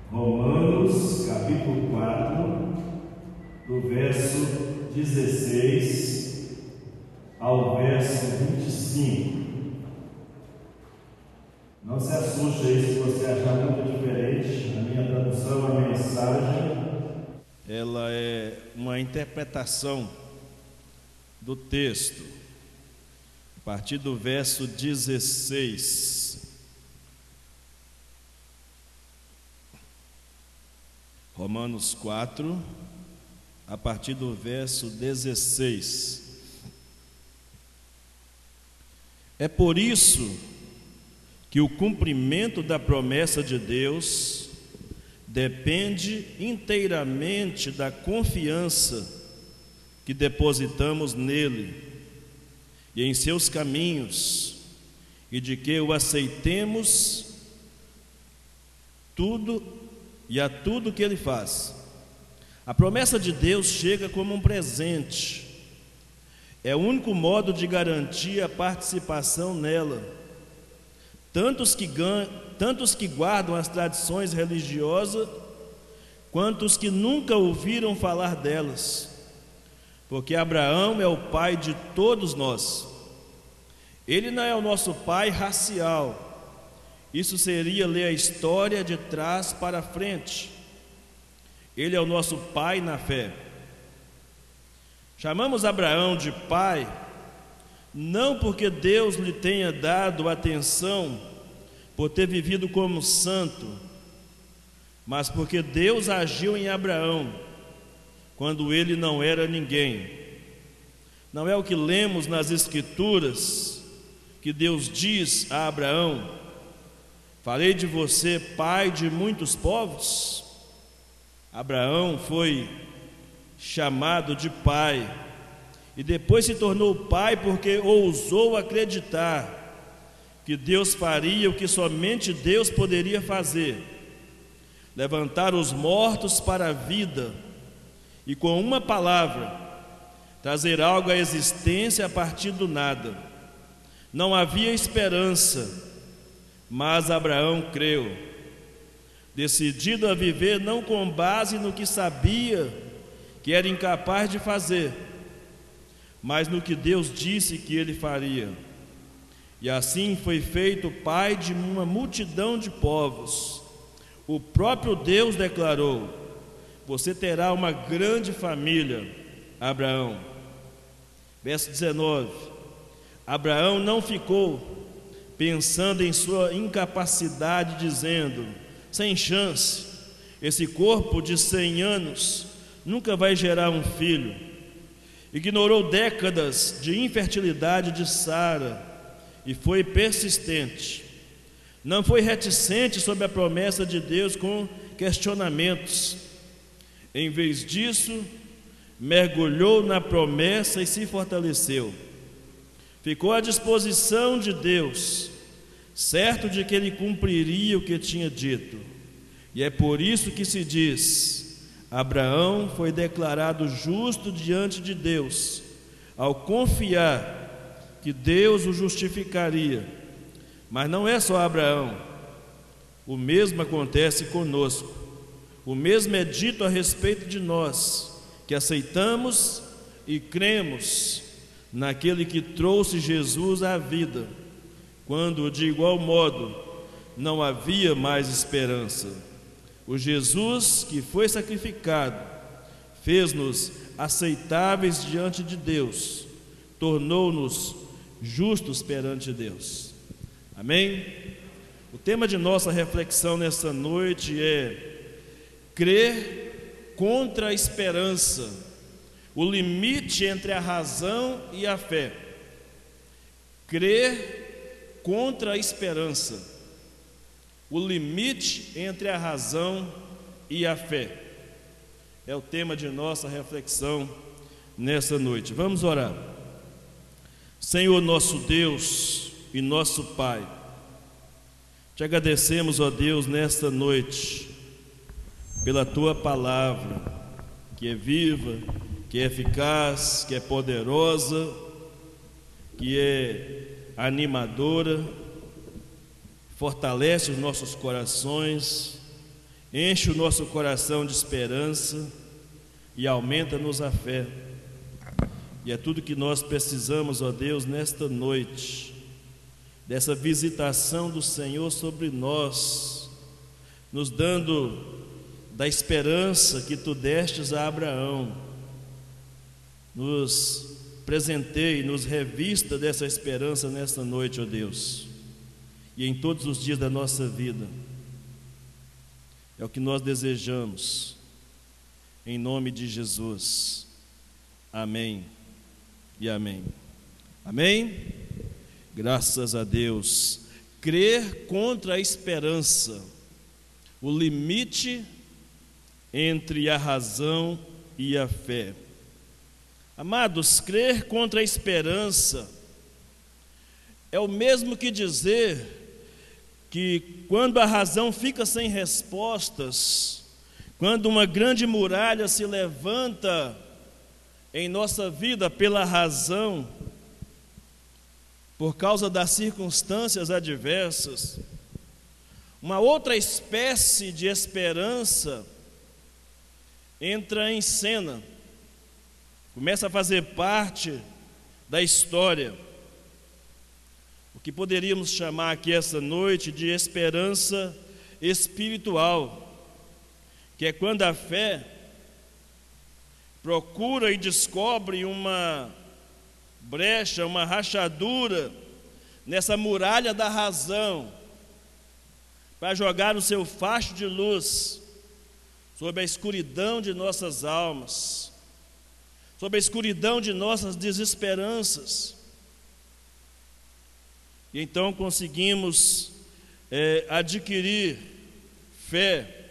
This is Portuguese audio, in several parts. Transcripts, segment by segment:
Romanos, capítulo 4, do verso 16 ao verso 25. Não se assuste aí se você achar muito diferente. A minha tradução, a mensagem, ela é uma interpretação do texto, a partir do verso 16. Romanos 4, a partir do verso 16. É por isso que o cumprimento da promessa de Deus depende inteiramente da confiança que depositamos nele e em seus caminhos, e de que o aceitemos a tudo que ele faz. A promessa de Deus chega como um presente. É o único modo de garantir a participação nela. Tantos que guardam as tradições religiosas, quanto os que nunca ouviram falar delas. Porque Abraão é o pai de todos nós. Ele não é o nosso pai racial. Isso seria ler a história de trás para frente. Ele é o nosso pai na fé. Chamamos Abraão de pai, não porque Deus lhe tenha dado atenção por ter vivido como santo, mas porque Deus agiu em Abraão quando ele não era ninguém. Não é o que lemos nas Escrituras, que Deus diz a Abraão: farei de você pai de muitos povos? Abraão foi chamado de pai e depois se tornou pai porque ousou acreditar que Deus faria o que somente Deus poderia fazer: levantar os mortos para a vida e com uma palavra trazer algo à existência a partir do nada. Não havia esperança, mas Abraão creu, decidido a viver não com base no que sabia que era incapaz de fazer, mas no que Deus disse que ele faria. E assim foi feito pai de uma multidão de povos. O próprio Deus declarou: você terá uma grande família, Abraão. Verso 19. Abraão não ficou pensando em sua incapacidade, dizendo: sem chance, esse corpo de 100 anos nunca vai gerar um filho. Ignorou décadas de infertilidade de Sara e foi persistente. Não foi reticente sobre a promessa de Deus com questionamentos. Em vez disso, mergulhou na promessa e se fortaleceu. Ficou à disposição de Deus, certo de que ele cumpriria o que tinha dito. E é por isso que se diz: Abraão foi declarado justo diante de Deus, ao confiar que Deus o justificaria. Mas não é só Abraão. O mesmo acontece conosco. O mesmo é dito a respeito de nós, que aceitamos e cremos naquele que trouxe Jesus à vida, quando de igual modo não havia mais esperança. O Jesus que foi sacrificado fez-nos aceitáveis diante de Deus, tornou-nos justos perante Deus. Amém? O tema de nossa reflexão nesta noite é crer contra a esperança. O limite entre a razão e a fé. Crer contra a esperança. O limite entre a razão e a fé. É o tema de nossa reflexão nessa noite. Vamos orar. Senhor nosso Deus e nosso Pai, te agradecemos, ó Deus, nesta noite, pela Tua palavra, que é viva, que é eficaz, que é poderosa, que é animadora, fortalece os nossos corações enche o nosso coração de esperança e aumenta-nos a fé. E é tudo que nós precisamos, ó Deus, nesta noite, dessa visitação do Senhor sobre nós, nos dando da esperança que Tu destes a Abraão. Nos presenteie, nos revista dessa esperança nesta noite, ó Deus, e em todos os dias da nossa vida. É o que nós desejamos, em nome de Jesus. Amém e amém. Amém? Graças a Deus. Crer contra a esperança, o limite entre a razão e a fé. Amados, crer contra a esperança é o mesmo que dizer que quando a razão fica sem respostas, quando uma grande muralha se levanta em nossa vida pela razão, por causa das circunstâncias adversas, uma outra espécie de esperança entra em cena, começa a fazer parte da história, o que poderíamos chamar aqui essa noite de esperança espiritual, que é quando a fé procura e descobre uma brecha, uma rachadura nessa muralha da razão, para jogar o seu facho de luz sobre a escuridão de nossas almas, sobre a escuridão de nossas desesperanças. E então conseguimos adquirir fé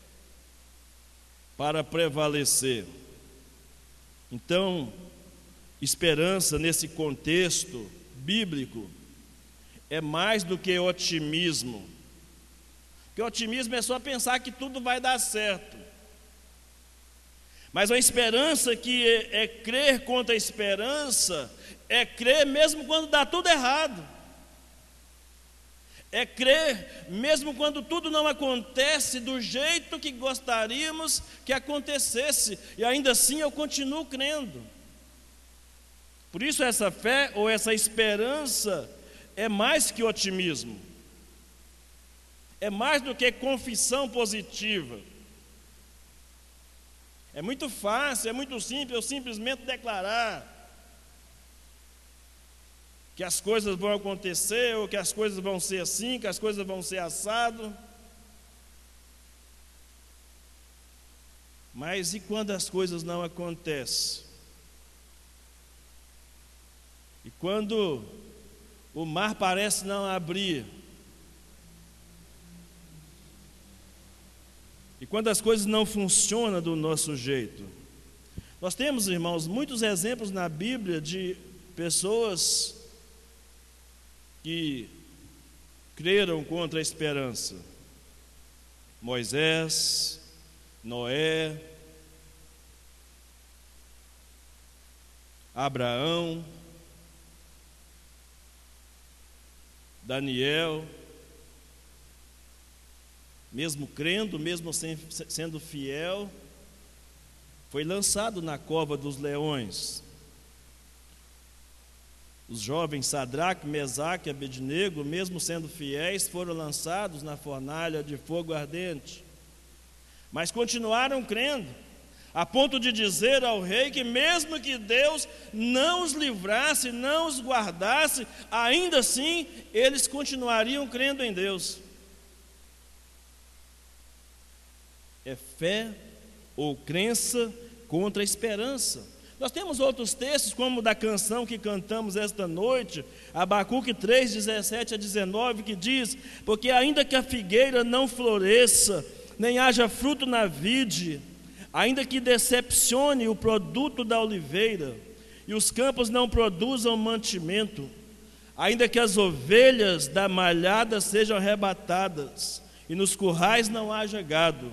para prevalecer. Então, esperança nesse contexto bíblico é mais do que otimismo. Porque otimismo é só pensar que tudo vai dar certo. Mas a esperança que é crer contra a esperança é crer mesmo quando dá tudo errado. É crer mesmo quando tudo não acontece do jeito que gostaríamos que acontecesse, e ainda assim eu continuo crendo. Por isso essa fé ou essa esperança é mais que otimismo, é mais do que confissão positiva. É muito fácil, é muito simples eu simplesmente declarar que as coisas vão acontecer, ou que as coisas vão ser assim, que as coisas vão ser assado. Mas e quando as coisas não acontecem? E quando o mar parece não abrir? E quando as coisas não funcionam do nosso jeito? Nós temos, irmãos, muitos exemplos na Bíblia de pessoas que creram contra a esperança. Moisés, Noé, Abraão, Daniel, mesmo crendo, mesmo sendo fiel, foi lançado na cova dos leões. Os jovens Sadraque, Mesaque e Abednego, mesmo sendo fiéis, foram lançados na fornalha de fogo ardente. Mas continuaram crendo, a ponto de dizer ao rei que mesmo que Deus não os livrasse, não os guardasse, ainda assim eles continuariam crendo em Deus. É fé ou crença contra a esperança. Nós temos outros textos, como o da canção que cantamos esta noite, Abacuque 3, 17 a 19, que diz: porque ainda que a figueira não floresça, nem haja fruto na vide, ainda que decepcione o produto da oliveira, e os campos não produzam mantimento, ainda que as ovelhas da malhada sejam arrebatadas, e nos currais não haja gado,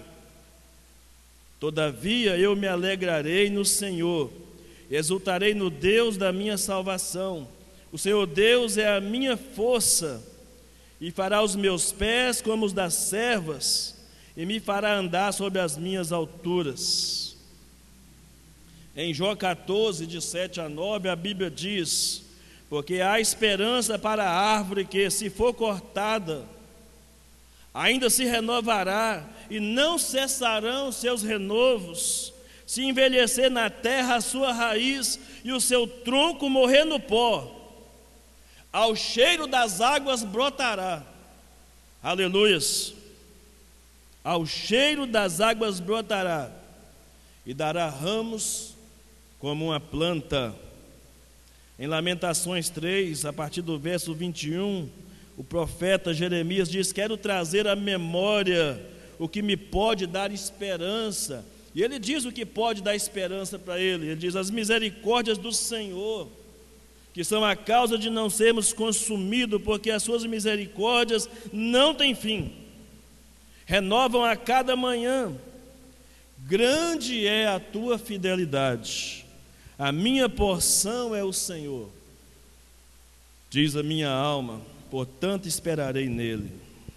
todavia eu me alegrarei no Senhor, exultarei no Deus da minha salvação. O Senhor Deus é a minha força, e fará os meus pés como os das servas, e me fará andar sobre as minhas alturas. Em Jó 14, de 7 a 9, a Bíblia diz: porque há esperança para a árvore que, se for cortada, ainda se renovará, e não cessarão seus renovos. Se envelhecer na terra a sua raiz, e o seu tronco morrer no pó, ao cheiro das águas brotará. Aleluias! Ao cheiro das águas brotará, e dará ramos como uma planta. Em Lamentações 3, a partir do verso 21, o profeta Jeremias diz: quero trazer à memória o que me pode dar esperança. E ele diz o que pode dar esperança para ele. Ele diz: as misericórdias do Senhor, que são a causa de não sermos consumidos, porque as suas misericórdias não têm fim, renovam a cada manhã. Grande é a tua fidelidade, a minha porção é o Senhor, diz a minha alma, portanto esperarei nele.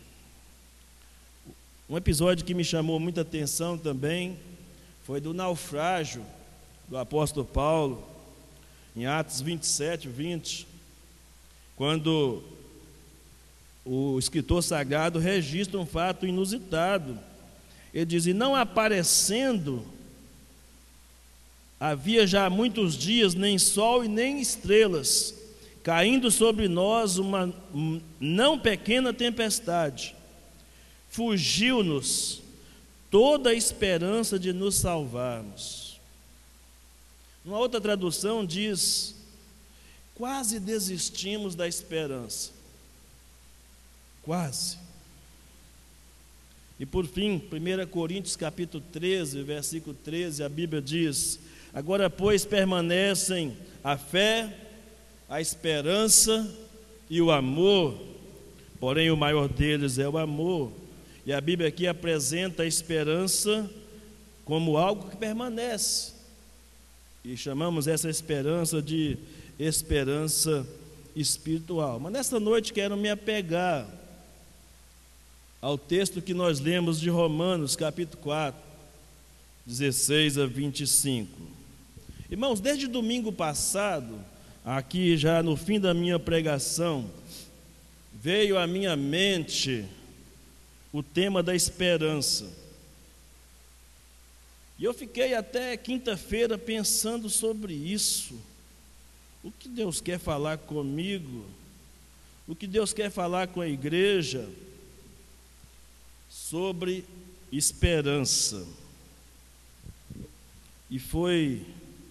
Um episódio que me chamou muita atenção também foi do naufrágio do apóstolo Paulo, em Atos 27, 20, quando o escritor sagrado registra um fato inusitado. Ele diz: e não aparecendo, havia já muitos dias nem sol e nem estrelas, caindo sobre nós uma não pequena tempestade, fugiu-nos toda a esperança de nos salvarmos. Uma outra tradução diz: quase desistimos da esperança. Quase. E por fim, 1 Coríntios capítulo 13, versículo 13, a Bíblia diz: agora, pois, permanecem a fé, a esperança e o amor, porém o maior deles é o amor. E a Bíblia aqui apresenta a esperança como algo que permanece, e chamamos essa esperança de esperança espiritual. Mas nesta noite quero me apegar ao texto que nós lemos de Romanos capítulo 4, 16 a 25. Irmãos, desde domingo passado, aqui já no fim da minha pregação, veio à minha mente o tema da esperança. E eu fiquei até quinta-feira pensando sobre isso. O que Deus quer falar comigo? O que Deus quer falar com a igreja sobre esperança? E foi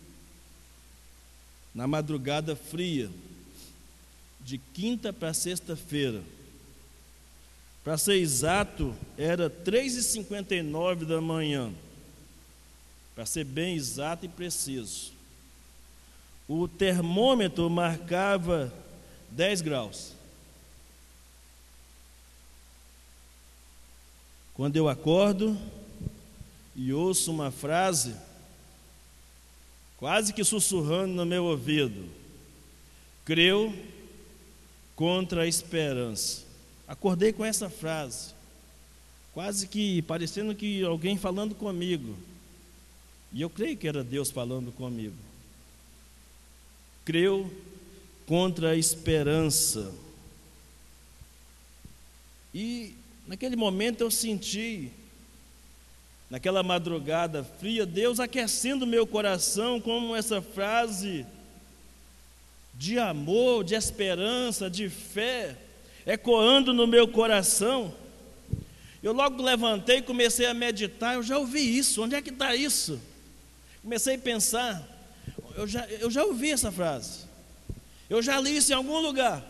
na madrugada fria, de quinta para sexta-feira, para ser exato, era 3h59 da manhã, para ser bem exato e preciso. O termômetro marcava 10 graus. Quando eu acordo e ouço uma frase, quase que sussurrando no meu ouvido: creu contra a esperança. Acordei com essa frase, quase que parecendo que alguém falando comigo, e eu creio que era Deus falando comigo. Creu contra a esperança. E naquele momento eu senti, naquela madrugada fria, Deus aquecendo meu coração com essa frase de amor, de esperança, de fé, ecoando no meu coração. Eu logo levantei e comecei a meditar. Eu já ouvi isso, onde é que está isso? Comecei a pensar, eu já ouvi essa frase, eu já li isso em algum lugar.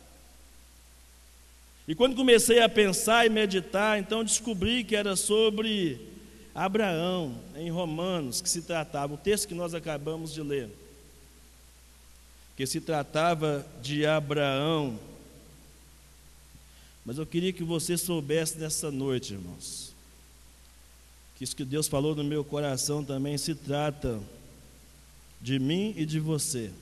E quando comecei a pensar e meditar, então descobri que era sobre Abraão, em Romanos, que se tratava, o texto que nós acabamos de ler, que se tratava de Abraão. Mas eu queria que você soubesse nessa noite, irmãos, que isso que Deus falou no meu coração também se trata de mim e de você,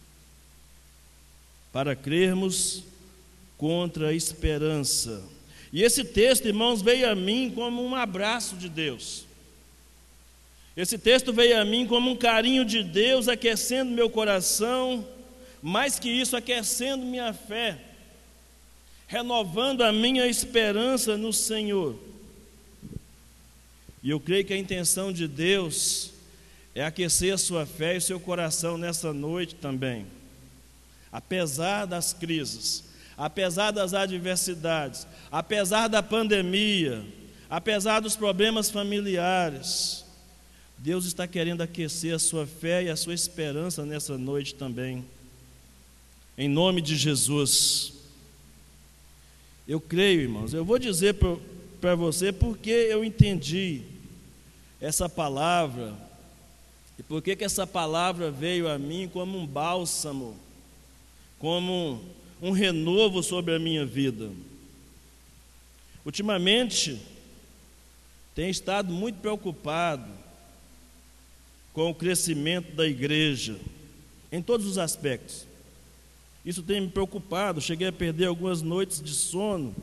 para crermos contra a esperança. E esse texto, irmãos, veio a mim como um abraço de Deus. Esse texto veio a mim como um carinho de Deus, aquecendo meu coração, mais que isso, aquecendo minha fé, renovando a minha esperança no Senhor. E eu creio que a intenção de Deus é aquecer a sua fé e o seu coração nessa noite também. Apesar das crises, apesar das adversidades, apesar da pandemia, apesar dos problemas familiares, Deus está querendo aquecer a sua fé e a sua esperança nessa noite também. Em nome de Jesus. Eu creio, irmãos, eu vou dizer para você porque eu entendi essa palavra e porque que essa palavra veio a mim como um bálsamo, como um renovo sobre a minha vida. Ultimamente, tenho estado muito preocupado com o crescimento da igreja, em todos os aspectos. Isso tem me preocupado, cheguei a perder algumas noites de sono.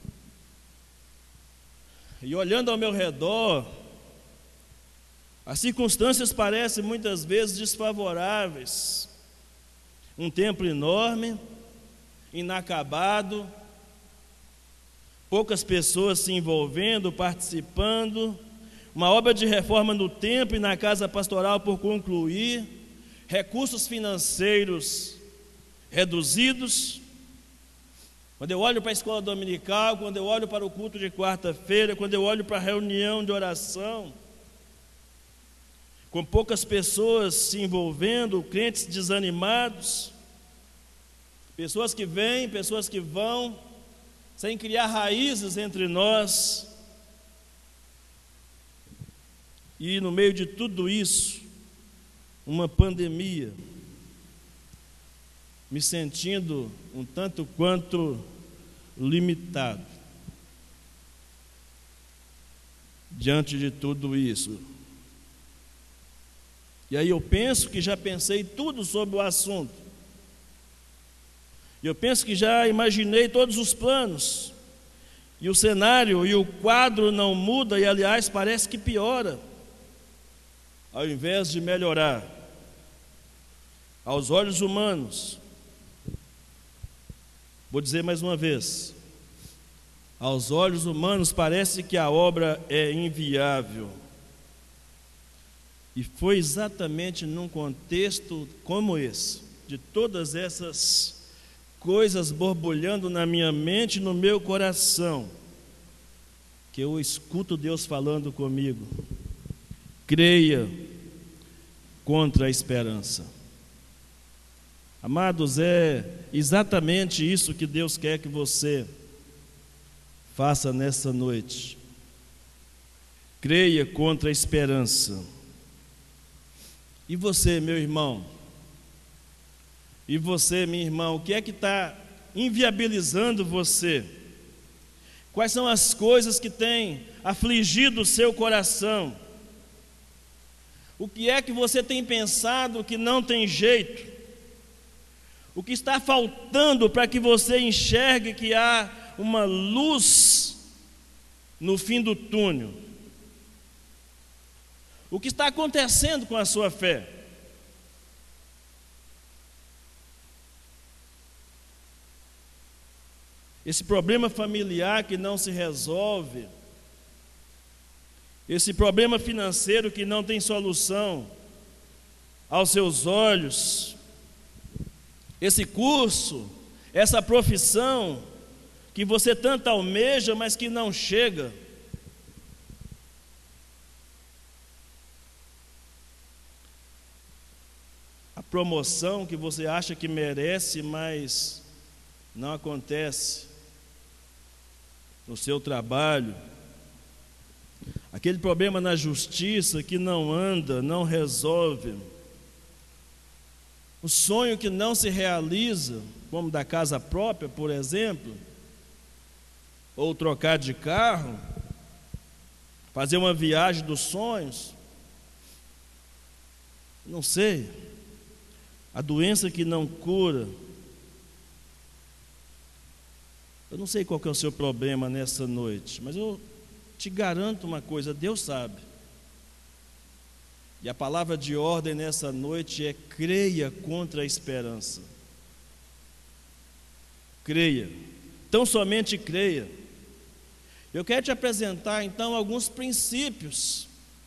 E olhando ao meu redor, as circunstâncias parecem muitas vezes desfavoráveis. Um templo enorme, inacabado, poucas pessoas se envolvendo, participando, uma obra de reforma no templo e na casa pastoral por concluir, recursos financeiros reduzidos. Quando eu olho para a escola dominical, quando eu olho para o culto de quarta-feira, quando eu olho para a reunião de oração, com poucas pessoas se envolvendo, crentes desanimados, pessoas que vêm, pessoas que vão, sem criar raízes entre nós. E no meio de tudo isso, uma pandemia, me sentindo um tanto quanto limitado diante de tudo isso. E aí eu penso que já pensei tudo sobre o assunto. Eu penso que já imaginei todos os planos. E o cenário e o quadro não muda e, aliás, parece que piora. Ao invés de melhorar, aos olhos humanos, vou dizer mais uma vez, aos olhos humanos parece que a obra é inviável. E foi exatamente num contexto como esse, de todas essas coisas borbulhando na minha mente e no meu coração, que eu escuto Deus falando comigo: creia contra a esperança. Amados, é exatamente isso que Deus quer que você faça nessa noite. Creia contra a esperança. E você, meu irmão? E você, minha irmã? O que é que está inviabilizando você? Quais são as coisas que têm afligido o seu coração? O que é que você tem pensado que não tem jeito? O que está faltando para que você enxergue que há uma luz no fim do túnel? O que está acontecendo com a sua fé? Esse problema familiar que não se resolve, esse problema financeiro que não tem solução aos seus olhos, esse curso, essa profissão que você tanto almeja, mas que não chega. A promoção que você acha que merece, mas não acontece no seu trabalho. Aquele problema na justiça que não anda, não resolve. O sonho que não se realiza, como da casa própria, por exemplo, ou trocar de carro, fazer uma viagem dos sonhos, não sei, a doença que não cura, Eu não sei qual que é o seu problema nessa noite, mas eu te garanto uma coisa: Deus sabe. E a palavra de ordem nessa noite é: creia contra a esperança. Creia, tão somente creia. Eu quero te apresentar então alguns princípios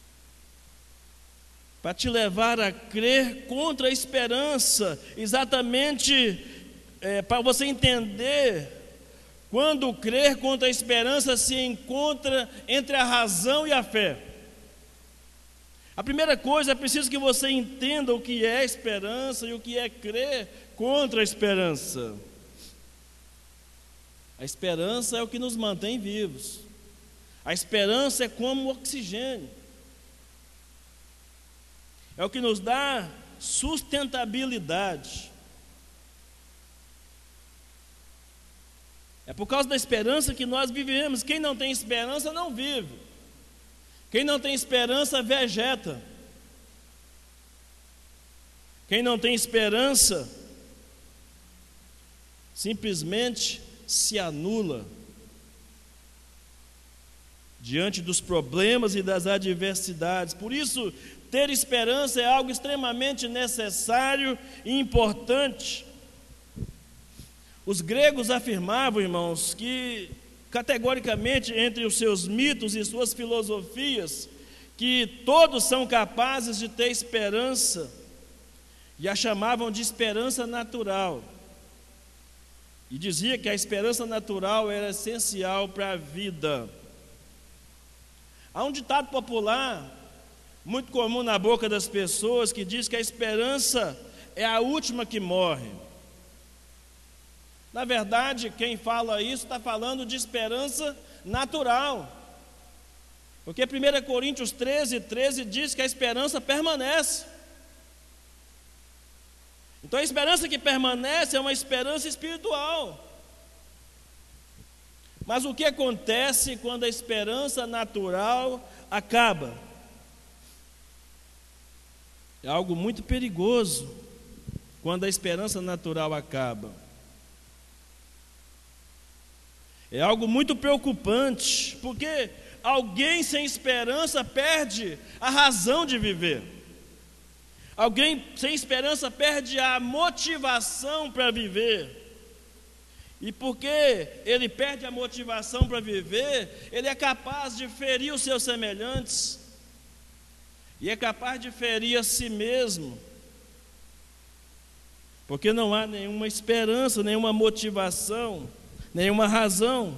para te levar a crer contra a esperança, exatamente para você entender quando crer contra a esperança se encontra entre a razão e a fé. A primeira coisa, é preciso que você entenda o que é esperança e o que é crer contra a esperança. A esperança é o que nos mantém vivos. A esperança é como oxigênio. É o que nos dá sustentabilidade. É por causa da esperança que nós vivemos. Quem não tem esperança não vive. Quem não tem esperança vegeta. Quem não tem esperança simplesmente se anula diante dos problemas e das adversidades. Por isso, ter esperança é algo extremamente necessário e importante. Os gregos afirmavam, irmãos, que categoricamente entre os seus mitos e suas filosofias, que todos são capazes de ter esperança, e a chamavam de esperança natural. E dizia que a esperança natural era essencial para a vida. Há um ditado popular, muito comum na boca das pessoas, que diz que a esperança é a última que morre. Na verdade, quem fala isso está falando de esperança natural. Porque 1 Coríntios 13 diz que a esperança permanece. Então a esperança que permanece é uma esperança espiritual. Mas o que acontece quando a esperança natural acaba? É algo muito perigoso quando a esperança natural acaba. É algo muito preocupante, porque alguém sem esperança perde a razão de viver. Alguém sem esperança perde a motivação para viver. E porque ele perde a motivação para viver, ele é capaz de ferir os seus semelhantes, e é capaz de ferir a si mesmo, porque não há nenhuma esperança, nenhuma motivação, nenhuma razão.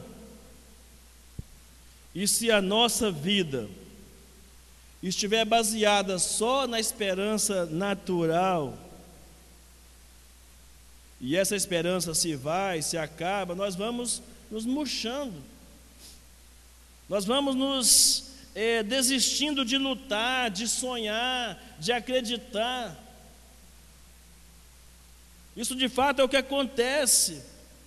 E se a nossa vida estiver baseada só na esperança natural, e essa esperança se vai, se acaba, nós vamos nos murchando, nós vamos nos desistindo de lutar, de sonhar, de acreditar. Isso de fato é o que acontece.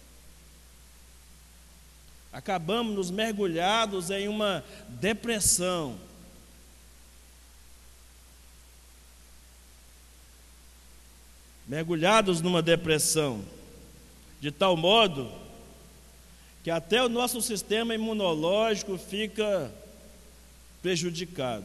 Acabamos nos mergulhados em uma depressão. Mergulhados numa depressão, de tal modo que até o nosso sistema imunológico fica prejudicado.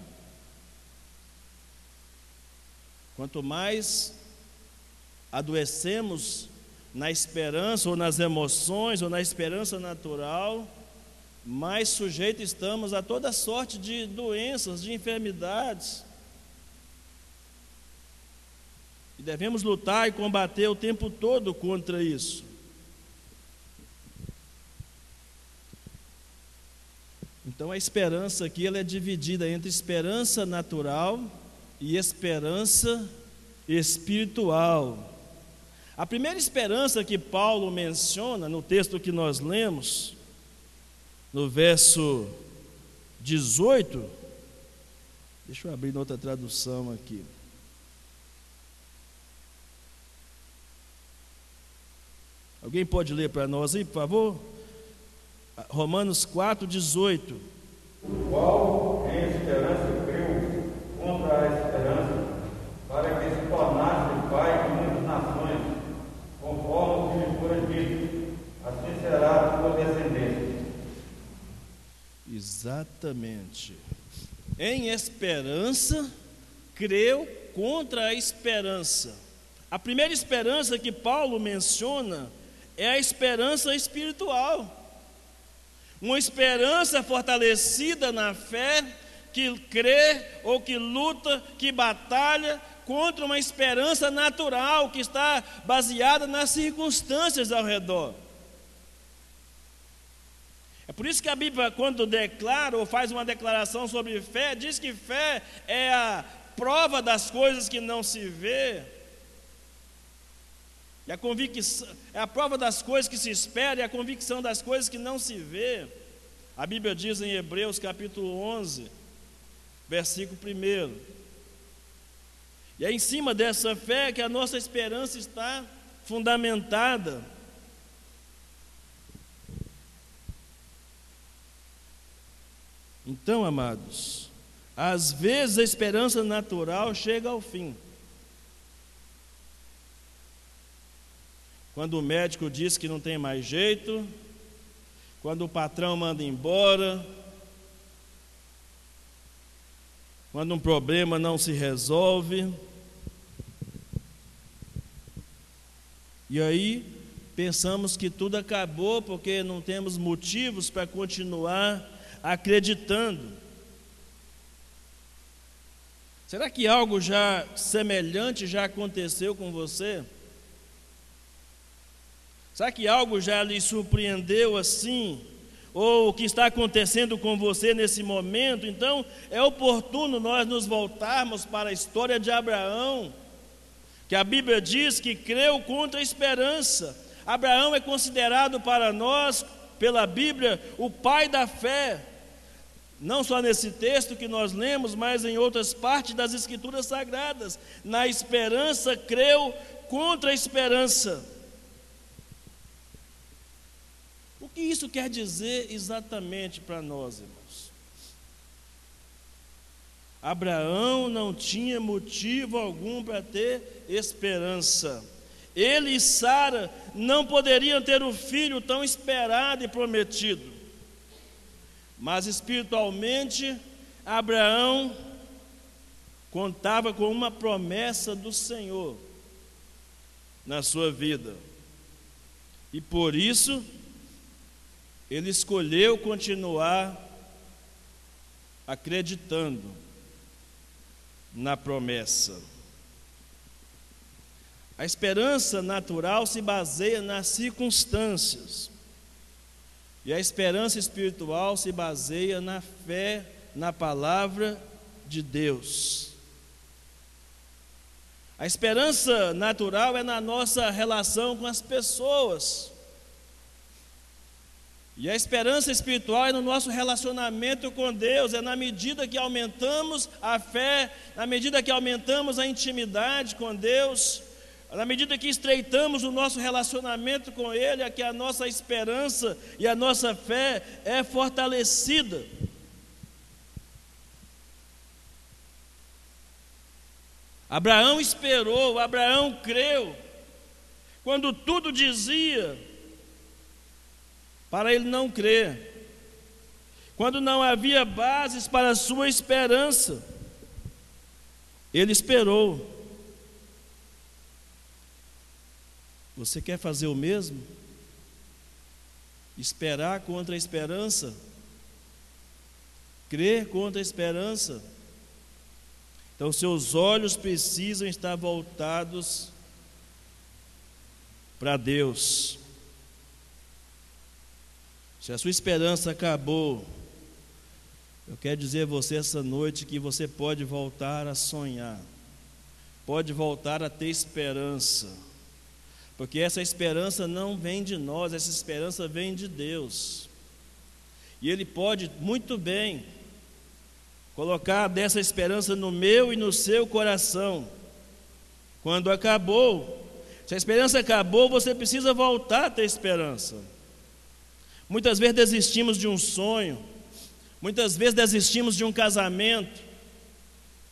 Quanto mais adoecemos na esperança ou nas emoções ou na esperança natural, mais sujeitos estamos a toda sorte de doenças, de enfermidades. E devemos lutar e combater o tempo todo contra isso. Então a esperança aqui ela é dividida entre esperança natural e esperança espiritual. A primeira esperança que Paulo menciona no texto que nós lemos, no verso 18, deixa eu abrir outra tradução aqui. Alguém pode ler para nós aí, por favor? Romanos 4:18. O qual em esperança creu contra a esperança, para que se tornasse pai de muitas nações, conforme o que lhe foi dito, assim será a tua Exatamente. Em esperança, creu contra a esperança. A primeira esperança que Paulo menciona é a esperança espiritual. Uma esperança fortalecida na fé, que crê ou que luta, que batalha contra uma esperança natural que está baseada nas circunstâncias ao redor. É por isso que a Bíblia, quando declara ou faz uma declaração sobre fé, diz que fé é a prova das coisas que não se vê, e a convicção, é a prova das coisas que se espera e a convicção das coisas que não se vê. A Bíblia diz em Hebreus capítulo 11, versículo 1. E é em cima dessa fé que a nossa esperança está fundamentada. Então, amados, às vezes a esperança natural chega ao fim. Quando o médico diz que não tem mais jeito, quando o patrão manda embora, quando um problema não se resolve, e aí pensamos que tudo acabou porque não temos motivos para continuar acreditando. Será que algo já semelhante já aconteceu com você? Será que algo já lhe surpreendeu assim? Ou o que está acontecendo com você nesse momento? Então é oportuno nós nos voltarmos para a história de Abraão, que a Bíblia diz que creu contra a esperança. Abraão é considerado para nós, pela Bíblia, o pai da fé. Não só nesse texto que nós lemos, mas em outras partes das Escrituras Sagradas. Na esperança, creu contra a esperança. O que isso quer dizer exatamente para nós, irmãos? Abraão não tinha motivo algum para ter esperança. Ele e Sara não poderiam ter o filho tão esperado e prometido. Mas espiritualmente, Abraão contava com uma promessa do Senhor na sua vida. E por isso, ele escolheu continuar acreditando na promessa. A esperança natural se baseia nas circunstâncias. E a esperança espiritual se baseia na fé, na palavra de Deus. A esperança natural é na nossa relação com as pessoas. E a esperança espiritual é no nosso relacionamento com Deus. É na medida que aumentamos a fé, na medida que aumentamos a intimidade com Deus, na medida que estreitamos o nosso relacionamento com Ele, é que a nossa esperança e a nossa fé é fortalecida. Abraão esperou, Abraão creu, quando tudo dizia para ele não crer, quando não havia bases para a sua esperança, ele esperou. Você quer fazer o mesmo? Esperar contra a esperança? Crer contra a esperança? Então, seus olhos precisam estar voltados para Deus. Se a sua esperança acabou, eu quero dizer a você essa noite que você pode voltar a sonhar, pode voltar a ter esperança. Porque essa esperança não vem de nós, essa esperança vem de Deus. E Ele pode muito bem colocar dessa esperança no meu e no seu coração. Quando acabou, se a esperança acabou, você precisa voltar a ter esperança. Muitas vezes desistimos de um sonho, muitas vezes desistimos de um casamento,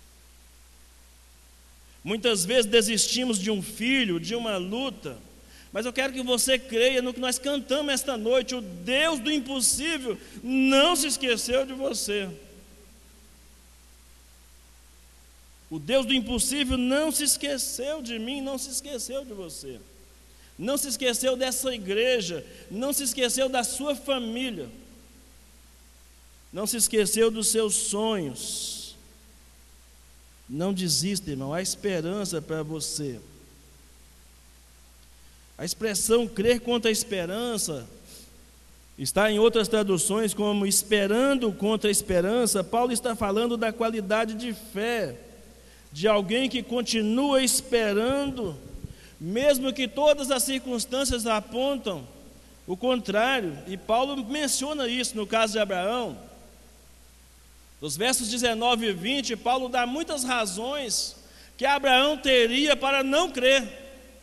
muitas vezes desistimos de um filho, de uma luta, Mas eu quero que você creia no que nós cantamos esta noite. O Deus do impossível não se esqueceu de você. O Deus do impossível não se esqueceu de mim, não se esqueceu de você. Não se esqueceu dessa igreja, não se esqueceu da sua família. Não se esqueceu dos seus sonhos. Não desista, irmão, há esperança para você. A expressão crer contra a esperança está em outras traduções como esperando contra a esperança. Paulo está falando da qualidade de fé, de alguém que continua esperando, mesmo que todas as circunstâncias apontam o contrário. E Paulo menciona isso no caso de Abraão. Nos versos 19 e 20, Paulo dá muitas razões que Abraão teria para não crer.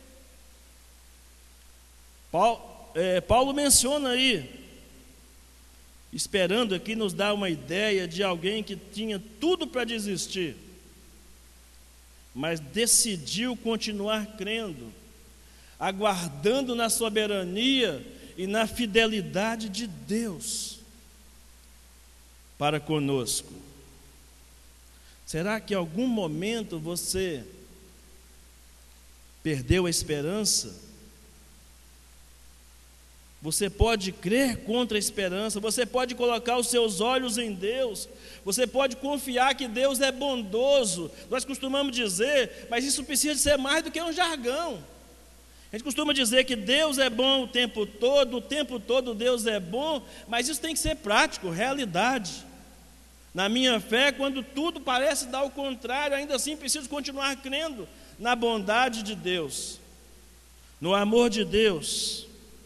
Paulo menciona aí, esperando aqui nos dá uma ideia de alguém que tinha tudo para desistir, mas decidiu continuar crendo, aguardando na soberania e na fidelidade de Deus para conosco. Será que em algum momento você perdeu a esperança? Você pode crer contra a esperança, você pode colocar os seus olhos em Deus, você pode confiar que Deus é bondoso. Nós costumamos dizer, mas isso precisa de ser mais do que um jargão. A gente costuma dizer que Deus é bom o tempo todo Deus é bom, mas isso tem que ser prático, realidade. Na minha fé, quando tudo parece dar o contrário, ainda assim preciso continuar crendo na bondade de Deus, no amor de Deus.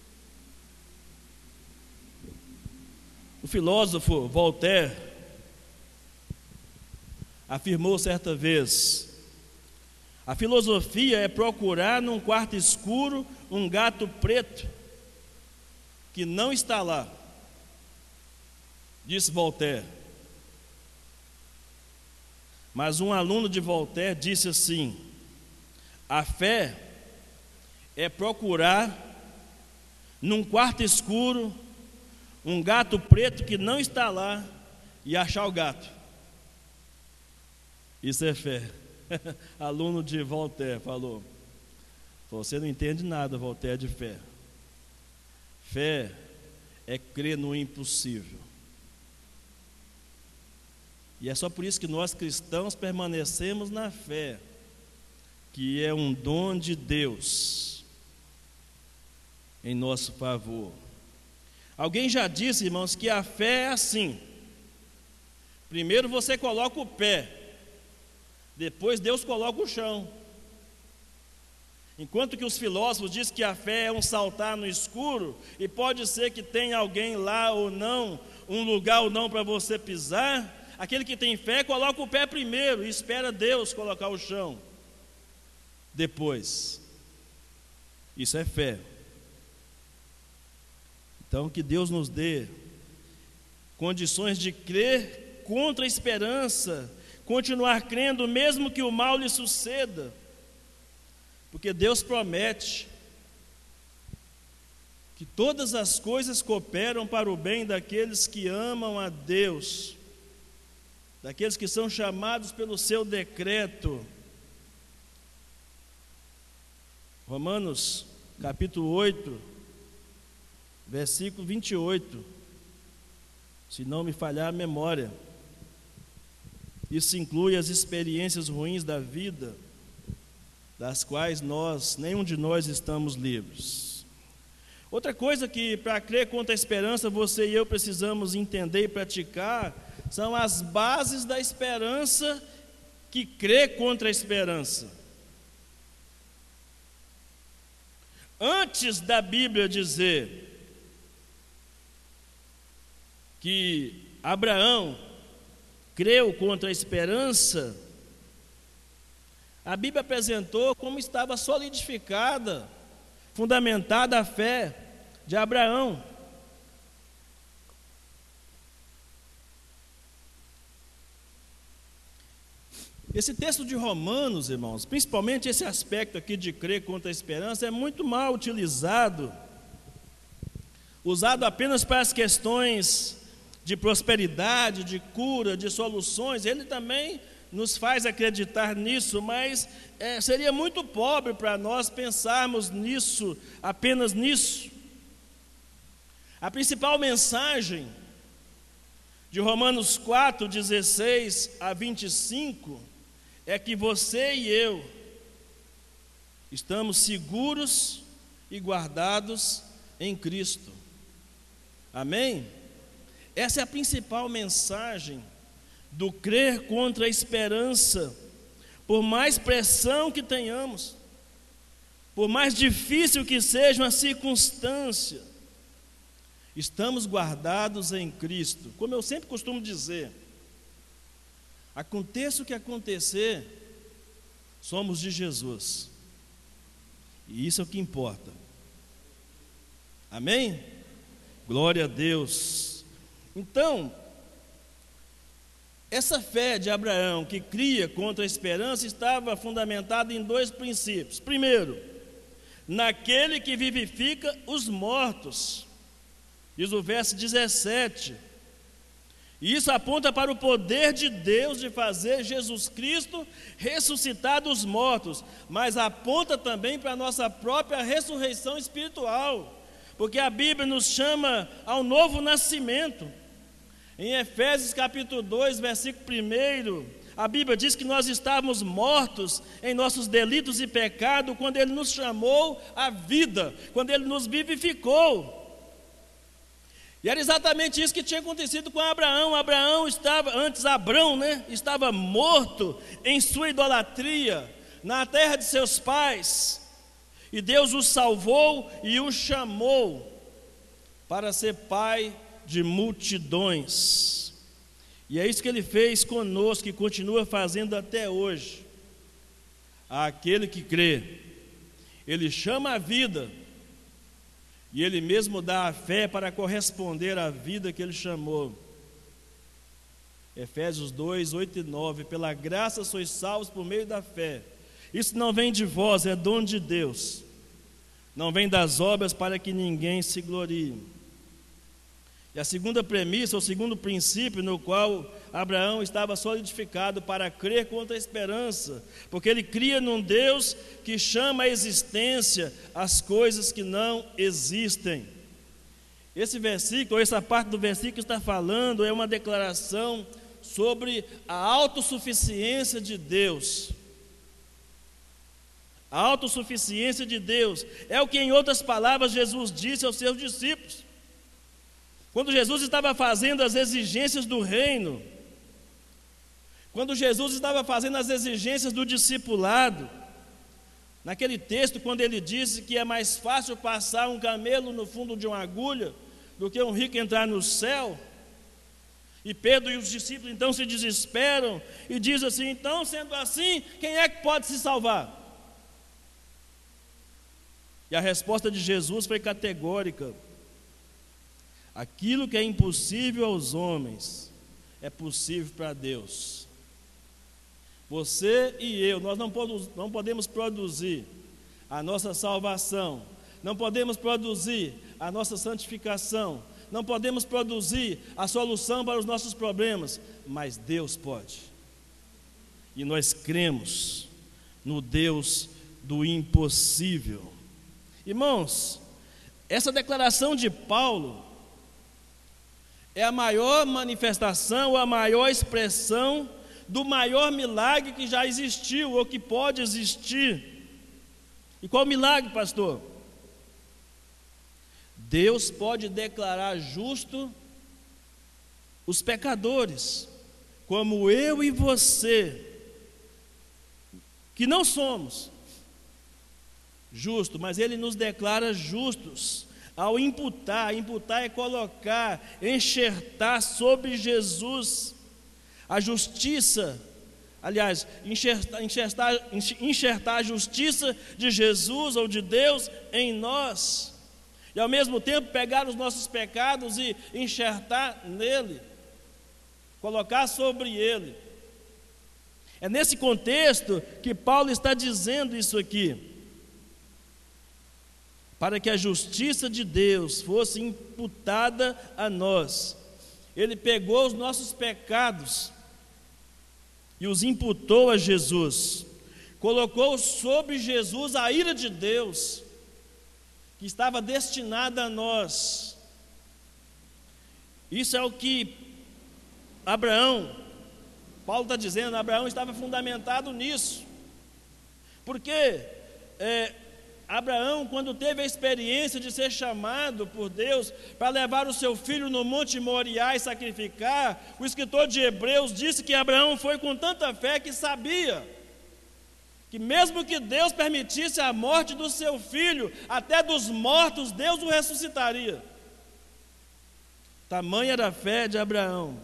O filósofo Voltaire afirmou certa vez: a filosofia é procurar num quarto escuro um gato preto que não está lá. Disse Voltaire. Mas um aluno de Voltaire disse assim: a fé é procurar num quarto escuro um gato preto que não está lá e achar o gato. Isso é fé. Aluno de Voltaire falou. Você não entende nada, Voltaire, de fé. Fé é crer no impossível. E é só por isso que nós cristãos permanecemos na fé, que é um dom de Deus em nosso favor. Alguém já disse, irmãos, que a fé é assim: primeiro você coloca o pé, depois Deus coloca o chão. Enquanto que os filósofos dizem que a fé é um saltar no escuro, e pode ser que tenha alguém lá ou não, um lugar ou não para você pisar, aquele que tem fé coloca o pé primeiro e espera Deus colocar o chão depois. Isso é fé. Então, que Deus nos dê condições de crer contra a esperança, continuar crendo mesmo que o mal lhe suceda, porque Deus promete que todas as coisas cooperam para o bem daqueles que amam a Deus, daqueles que são chamados pelo seu decreto. Romanos capítulo 8, versículo 28, se não me falhar a memória. Isso inclui as experiências ruins da vida, das quais nenhum de nós estamos livres. Outra coisa que, para crer contra a esperança, você e eu precisamos entender e praticar, são as bases da esperança que crê contra a esperança. Antes da Bíblia dizer que Abraão creu contra a esperança, a Bíblia apresentou como estava solidificada, fundamentada a fé de Abraão. Esse texto de Romanos, irmãos, principalmente esse aspecto aqui de crer contra a esperança, é muito mal utilizado, usado apenas para as questões de prosperidade, de cura, de soluções. Ele também nos faz acreditar nisso, mas seria muito pobre para nós pensarmos nisso, apenas nisso. A principal mensagem de Romanos 4, 16 a 25, é que você e eu estamos seguros e guardados em Cristo. Amém? Essa é a principal mensagem do crer contra a esperança. Por mais pressão que tenhamos, por mais difícil que seja uma circunstância, estamos guardados em Cristo. Como eu sempre costumo dizer, aconteça o que acontecer, somos de Jesus, e isso é o que importa. Amém? Glória a Deus. Então, essa fé de Abraão que cria contra a esperança estava fundamentada em dois princípios. Primeiro, naquele que vivifica os mortos, diz o verso 17. E isso aponta para o poder de Deus de fazer Jesus Cristo ressuscitar dos mortos, mas aponta também para a nossa própria ressurreição espiritual, porque a Bíblia nos chama ao novo nascimento. Em Efésios capítulo 2, versículo 1, a Bíblia diz que nós estávamos mortos em nossos delitos e pecados quando Ele nos chamou à vida, quando Ele nos vivificou. E era exatamente isso que tinha acontecido com Abraão. Abraão estava morto em sua idolatria, na terra de seus pais, e Deus o salvou e o chamou para ser pai de multidões. E é isso que Ele fez conosco e continua fazendo até hoje. Aquele que crê, Ele chama a vida, e Ele mesmo dá a fé para corresponder à vida que Ele chamou. Efésios 2, 8 e 9. Pela graça sois salvos por meio da fé. Isso não vem de vós, é dom de Deus. Não vem das obras para que ninguém se glorie. E a segunda premissa, o segundo princípio no qual Abraão estava solidificado para crer contra a esperança, porque ele cria num Deus que chama à existência as coisas que não existem. Esse versículo, ou essa parte do versículo que está falando, é uma declaração sobre a autossuficiência de Deus. A autossuficiência de Deus é o que, em outras palavras, Jesus disse aos seus discípulos. Quando Jesus estava fazendo as exigências do reino, quando Jesus estava fazendo as exigências do discipulado, naquele texto, quando ele disse que é mais fácil passar um camelo no fundo de uma agulha do que um rico entrar no céu, e Pedro e os discípulos então se desesperam e dizem assim: então, sendo assim, quem é que pode se salvar? E a resposta de Jesus foi categórica: aquilo que é impossível aos homens é possível para Deus. Você e eu, nós não podemos produzir a nossa salvação, não podemos produzir a nossa santificação, não podemos produzir a solução para os nossos problemas, mas Deus pode. E nós cremos no Deus do impossível. Irmãos, essa declaração de Paulo é a maior manifestação, a maior expressão do maior milagre que já existiu ou que pode existir. E qual milagre, pastor? Deus pode declarar justo os pecadores, como eu e você, que não somos justos, mas Ele nos declara justos. Ao imputar é colocar, enxertar sobre Jesus a justiça, aliás, enxertar a justiça de Jesus ou de Deus em nós, e ao mesmo tempo pegar os nossos pecados e enxertar nele, colocar sobre ele. É nesse contexto que Paulo está dizendo isso aqui. Para que a justiça de Deus fosse imputada a nós. Ele pegou os nossos pecados e os imputou a Jesus. Colocou sobre Jesus a ira de Deus, que estava destinada a nós. Isso é o que Paulo está dizendo, Abraão estava fundamentado nisso. Porque Abraão, quando teve a experiência de ser chamado por Deus para levar o seu filho no Monte Moriá e sacrificar, o escritor de Hebreus disse que Abraão foi com tanta fé que sabia que mesmo que Deus permitisse a morte do seu filho, até dos mortos Deus o ressuscitaria. Tamanha era a fé de Abraão.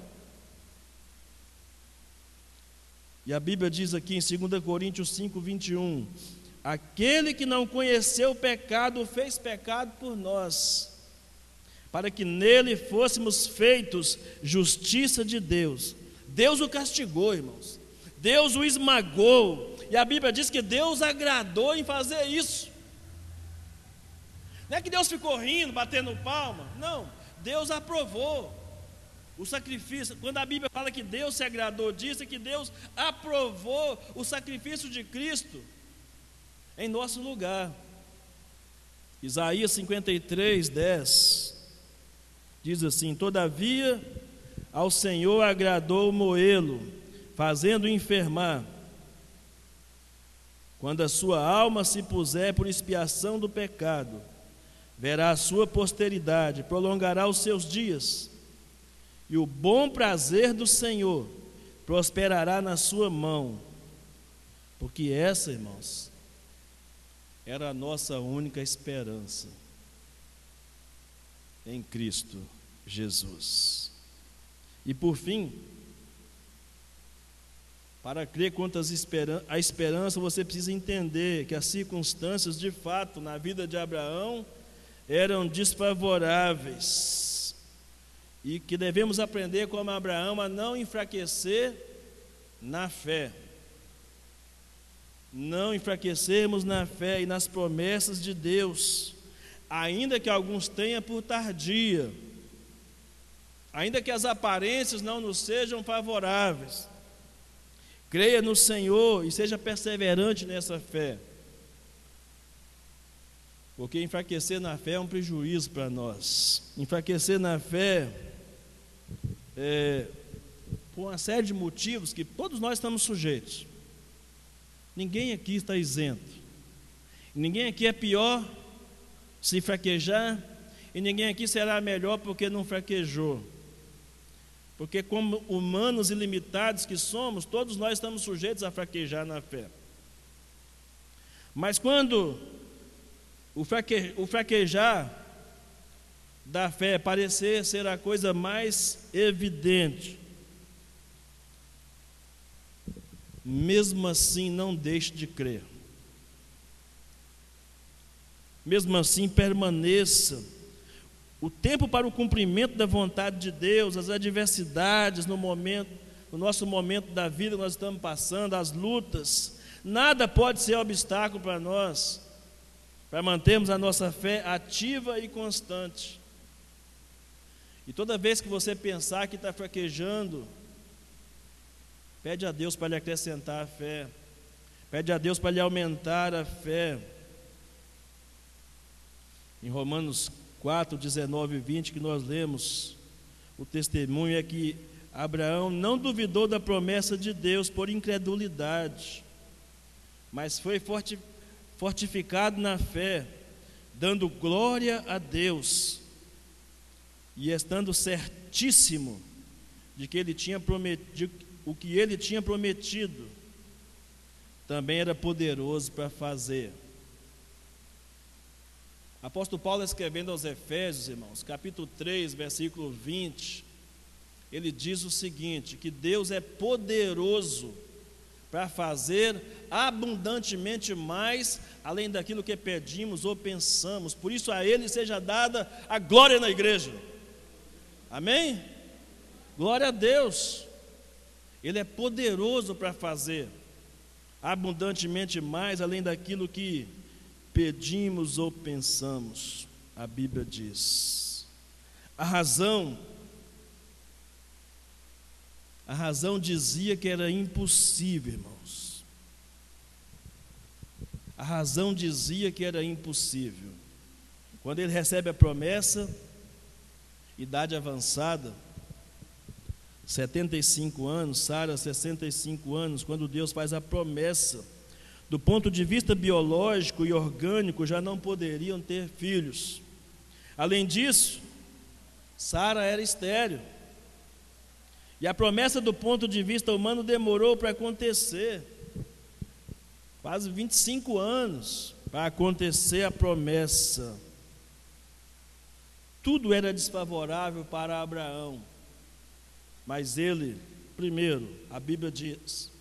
E a Bíblia diz aqui em 2 Coríntios 5, 21, aquele que não conheceu o pecado, fez pecado por nós, para que nele fôssemos feitos justiça de Deus. Deus o castigou, irmãos. Deus o esmagou. E a Bíblia diz que Deus agradou em fazer isso. Não é que Deus ficou rindo, batendo palma. Não, Deus aprovou o sacrifício. Quando a Bíblia fala que Deus se agradou disso, é que Deus aprovou o sacrifício de Cristo em nosso lugar. Isaías 53, 10 diz assim: todavia ao Senhor agradou moê-lo, fazendo enfermar. Quando a sua alma se puser por expiação do pecado, verá a sua posteridade, prolongará os seus dias, e o bom prazer do Senhor prosperará na sua mão. Porque essa, irmãos, era a nossa única esperança em Cristo Jesus. E por fim, para crer quanto à esperança, você precisa entender que as circunstâncias de fato na vida de Abraão eram desfavoráveis, e que devemos aprender como Abraão a não enfraquecer na fé. Não enfraquecermos na fé e nas promessas de Deus, ainda que alguns tenham por tardia, ainda que as aparências não nos sejam favoráveis. Creia no Senhor e seja perseverante nessa fé, porque enfraquecer na fé é um prejuízo para nós. Enfraquecer na fé por uma série de motivos que todos nós estamos sujeitos. Ninguém aqui está isento. Ninguém aqui é pior se fraquejar, e ninguém aqui será melhor porque não fraquejou. Porque como humanos ilimitados que somos, todos nós estamos sujeitos a fraquejar na fé. Mas quando o fraquejar da fé parecer ser a coisa mais evidente, mesmo assim não deixe de crer. Mesmo assim permaneça. O tempo para o cumprimento da vontade de Deus, as adversidades no nosso momento da vida que nós estamos passando, as lutas, nada pode ser obstáculo para nós, para mantermos a nossa fé ativa e constante. E toda vez que você pensar que está fraquejando, pede a Deus para lhe acrescentar a fé, pede a Deus para lhe aumentar a fé. Em Romanos 4, 19 e 20, que nós lemos, o testemunho é que Abraão não duvidou da promessa de Deus por incredulidade, mas foi fortificado na fé, dando glória a Deus, e estando certíssimo de que o que ele tinha prometido também era poderoso para fazer. Apóstolo Paulo, escrevendo aos Efésios, irmãos, capítulo 3, versículo 20, ele diz o seguinte: que Deus é poderoso para fazer abundantemente mais, além daquilo que pedimos ou pensamos. Por isso a Ele seja dada a glória na igreja. Amém? Glória a Deus. Ele é poderoso para fazer abundantemente mais além daquilo que pedimos ou pensamos. A Bíblia diz. A razão dizia que era impossível, irmãos. A razão dizia que era impossível. Quando ele recebe a promessa, idade avançada, 75 anos, Sara 65 anos, quando Deus faz a promessa, do ponto de vista biológico e orgânico, já não poderiam ter filhos. Além disso, Sara era estéril. E a promessa do ponto de vista humano demorou para acontecer. Quase 25 anos para acontecer a promessa. Tudo era desfavorável para Abraão. Mas ele, primeiro, a Bíblia diz,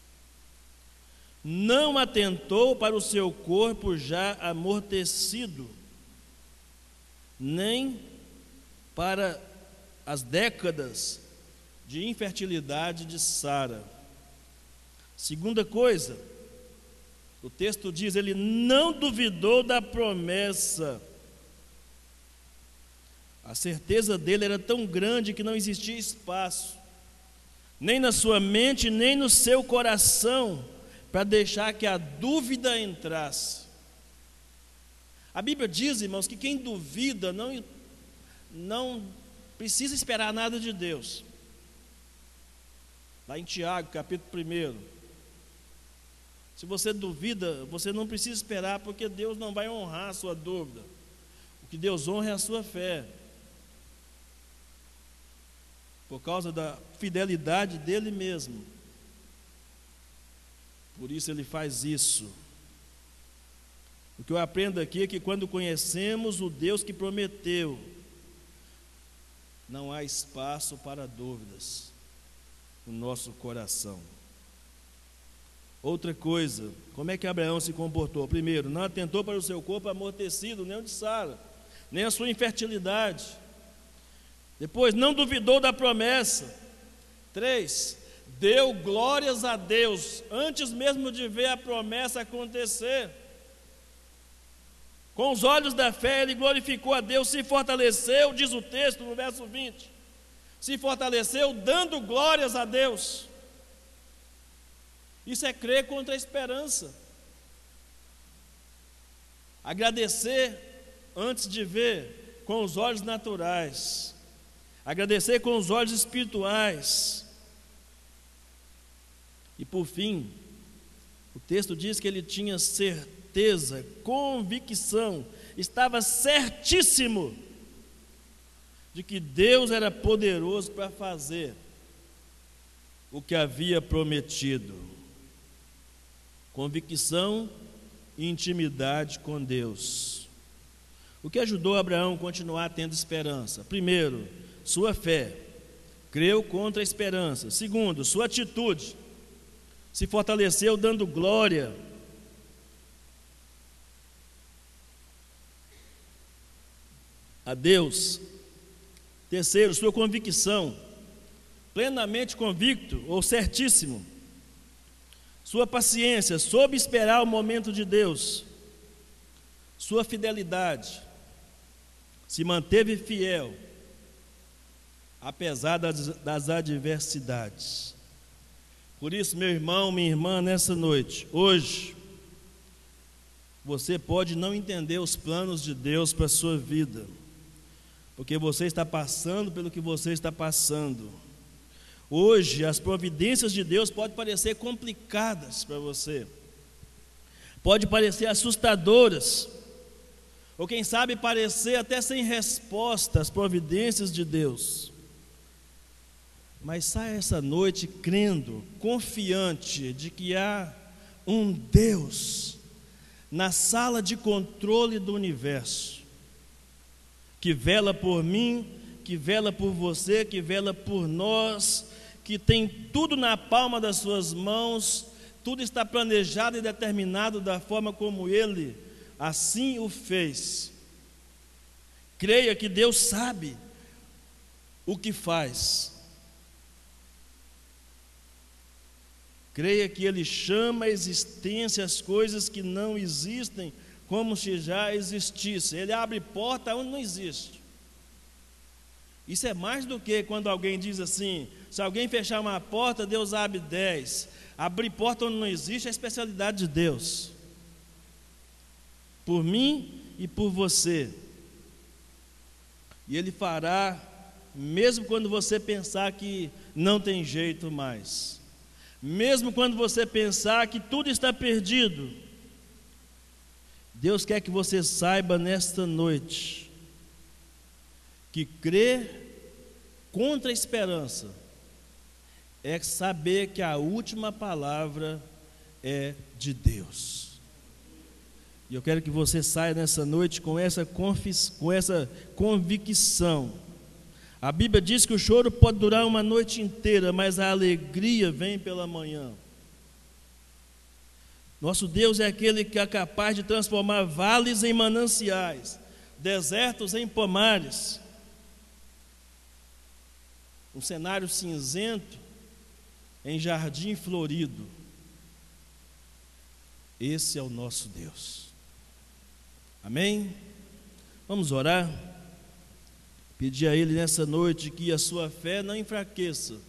não atentou para o seu corpo já amortecido, nem para as décadas de infertilidade de Sara. Segunda coisa, o texto diz, ele não duvidou da promessa. A certeza dele era tão grande que não existia espaço, nem na sua mente, nem no seu coração, para deixar que a dúvida entrasse. A Bíblia diz, irmãos, que quem duvida não precisa esperar nada de Deus. Lá em Tiago, capítulo 1. Se você duvida, você não precisa esperar, porque Deus não vai honrar a sua dúvida. O que Deus honra é a sua fé. Por causa da fidelidade dele mesmo. Por isso ele faz isso. O que eu aprendo aqui é que quando conhecemos o Deus que prometeu, não há espaço para dúvidas no nosso coração. Outra coisa, como é que Abraão se comportou? Primeiro, não atentou para o seu corpo amortecido, nem o de Sara, nem a sua infertilidade. Depois, não duvidou da promessa. 3, deu glórias a Deus, antes mesmo de ver a promessa acontecer. Com os olhos da fé, ele glorificou a Deus, se fortaleceu, diz o texto no verso 20. Se fortaleceu dando glórias a Deus. Isso é crer contra a esperança. Agradecer antes de ver com os olhos naturais. Agradecer com os olhos espirituais. E por fim, o texto diz que ele tinha certeza, convicção, estava certíssimo de que Deus era poderoso para fazer o que havia prometido. Convicção e intimidade com Deus. O que ajudou Abraão a continuar tendo esperança? Primeiro, sua fé, creu contra a esperança. Segundo, sua atitude, se fortaleceu dando glória a Deus. Terceiro, sua convicção, plenamente convicto ou certíssimo. Sua paciência, soube esperar o momento de Deus. Sua fidelidade, se manteve fiel, apesar das adversidades. Por isso, meu irmão, minha irmã, nessa noite, hoje, você pode não entender os planos de Deus para a sua vida, porque você está passando pelo que você está passando. Hoje, as providências de Deus podem parecer complicadas para você, pode parecer assustadoras, ou quem sabe parecer até sem resposta às providências de Deus. Mas saia essa noite crendo, confiante de que há um Deus na sala de controle do universo, que vela por mim, que vela por você, que vela por nós, que tem tudo na palma das suas mãos, tudo está planejado e determinado da forma como Ele assim o fez. Creia que Deus sabe o que faz. Creia que Ele chama à existência as coisas que não existem como se já existissem. Ele abre porta onde não existe. Isso é mais do que quando alguém diz assim: se alguém fechar uma porta, Deus abre 10. Abrir porta onde não existe é a especialidade de Deus, por mim e por você. E Ele fará, mesmo quando você pensar que não tem jeito mais, mesmo quando você pensar que tudo está perdido. Deus quer que você saiba nesta noite que crer contra a esperança é saber que a última palavra é de Deus. E eu quero que você saia nessa noite com essa convicção. A Bíblia diz que o choro pode durar uma noite inteira, mas a alegria vem pela manhã. Nosso Deus é aquele que é capaz de transformar vales em mananciais, desertos em pomares, um cenário cinzento em jardim florido. Esse é o nosso Deus. Amém? Vamos orar? Pedir a Ele nessa noite que a sua fé não enfraqueça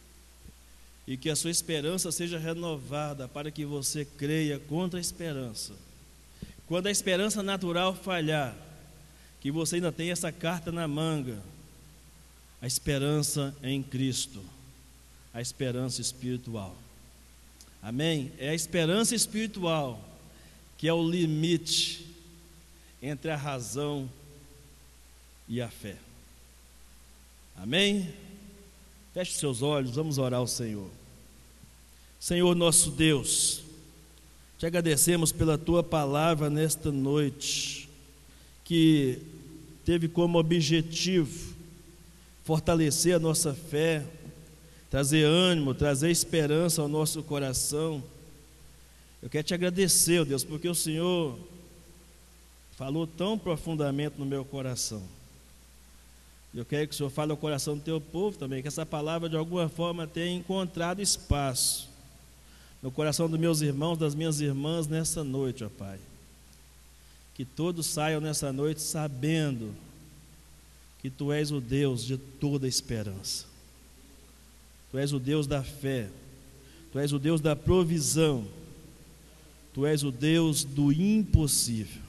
e que a sua esperança seja renovada, para que você creia contra a esperança. Quando a esperança natural falhar, que você ainda tenha essa carta na manga: a esperança em Cristo, a esperança espiritual. Amém? É a esperança espiritual que é o limite entre a razão e a fé. Amém? Feche seus olhos, vamos orar ao Senhor. Senhor nosso Deus, te agradecemos pela tua palavra nesta noite, que teve como objetivo fortalecer a nossa fé, trazer ânimo, trazer esperança ao nosso coração. Eu quero te agradecer, ó Deus, porque o Senhor falou tão profundamente no meu coração. Eu quero que o Senhor fale ao coração do teu povo também, que essa palavra de alguma forma tenha encontrado espaço no coração dos meus irmãos, das minhas irmãs nessa noite, ó Pai. Que todos saiam nessa noite sabendo que Tu és o Deus de toda esperança. Tu és o Deus da fé, Tu és o Deus da provisão, Tu és o Deus do impossível.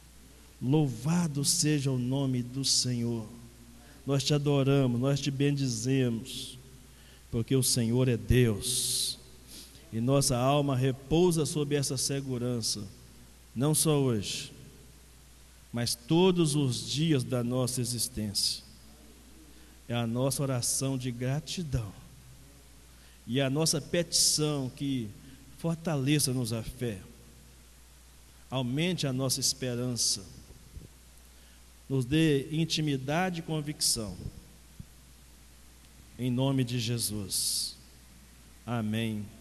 Louvado seja o nome do Senhor. Nós te adoramos, nós te bendizemos, porque o Senhor é Deus, e nossa alma repousa sob essa segurança, não só hoje, mas todos os dias da nossa existência. É a nossa oração de gratidão e a nossa petição que fortaleça-nos a fé, aumente a nossa esperança, nos dê intimidade e convicção, em nome de Jesus. Amém.